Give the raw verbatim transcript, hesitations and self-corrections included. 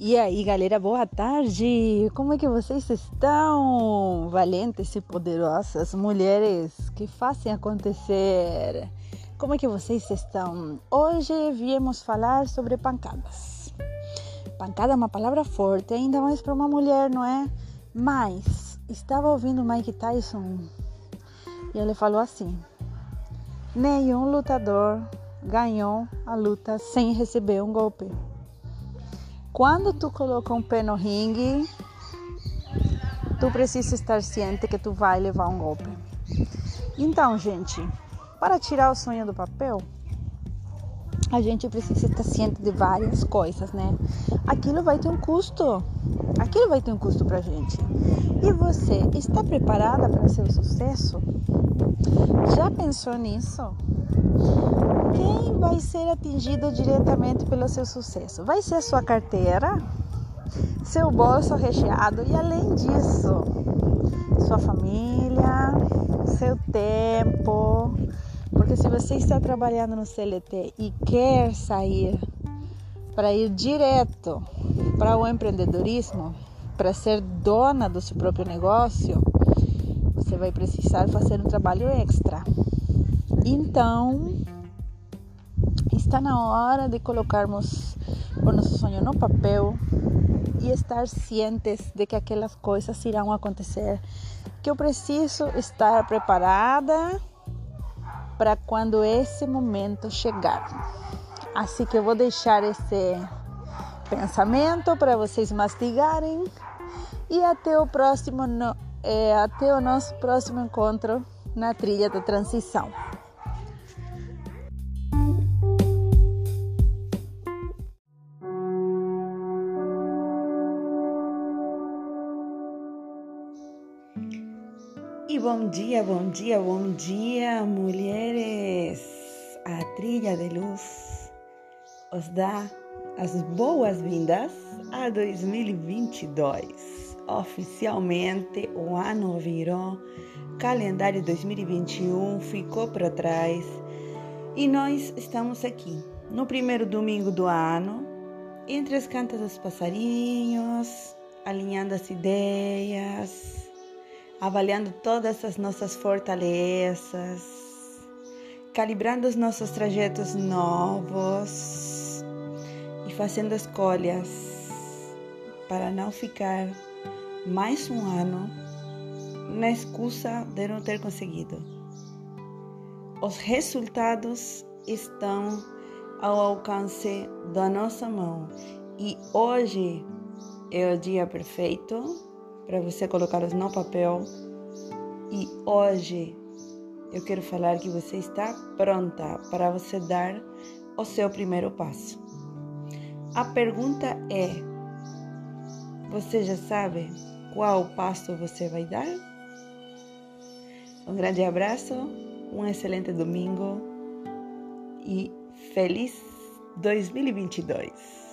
E aí, galera, boa tarde! Como é que vocês estão? Valentes e poderosas mulheres que fazem acontecer. Como é que vocês estão? Hoje viemos falar sobre pancadas. Pancada é uma palavra forte, ainda mais para uma mulher, não é? Mas estava ouvindo Mike Tyson e ele falou assim: nenhum lutador ganhou a luta sem receber um golpe. Quando tu coloca um pé no ringue, tu precisa estar ciente que tu vai levar um golpe. Então, gente, para tirar o sonho do papel, a gente precisa estar ciente de várias coisas, né? Aquilo vai ter um custo. Aquilo vai ter um custo pra gente. E você está preparada para seu sucesso? Já pensou nisso? Quem vai ser atingido diretamente pelo seu sucesso? Vai ser sua carteira, seu bolso recheado e, além disso, sua família, seu tempo. Porque se você está trabalhando no C L T e quer sair para ir direto para o empreendedorismo, para ser dona do seu próprio negócio, você vai precisar fazer um trabalho extra. Então, está na hora de colocarmos o nosso sonho no papel e estar cientes de que aquelas coisas irão acontecer, que eu preciso estar preparada para quando esse momento chegar. Assim que eu vou deixar esse pensamento para vocês mastigarem e até o próximo, é, até o nosso próximo encontro na trilha da transição. E bom dia, bom dia, bom dia, mulheres! A Trilha de Luz os dá as boas-vindas a dois mil e vinte e dois. Oficialmente, o ano virou, calendário dois mil e vinte e um ficou para trás e nós estamos aqui, no primeiro domingo do ano, entre as cantas dos passarinhos, alinhando as ideias, avaliando todas as nossas fortalezas, calibrando os nossos trajetos novos e fazendo escolhas para não ficar mais um ano na excusa de não ter conseguido. Os resultados estão ao alcance da nossa mão e hoje é o dia perfeito para você colocá-los no papel. E hoje eu quero falar que você está pronta para você dar o seu primeiro passo. A pergunta é: você já sabe qual passo você vai dar? Um grande abraço, um excelente domingo e feliz dois mil e vinte e dois!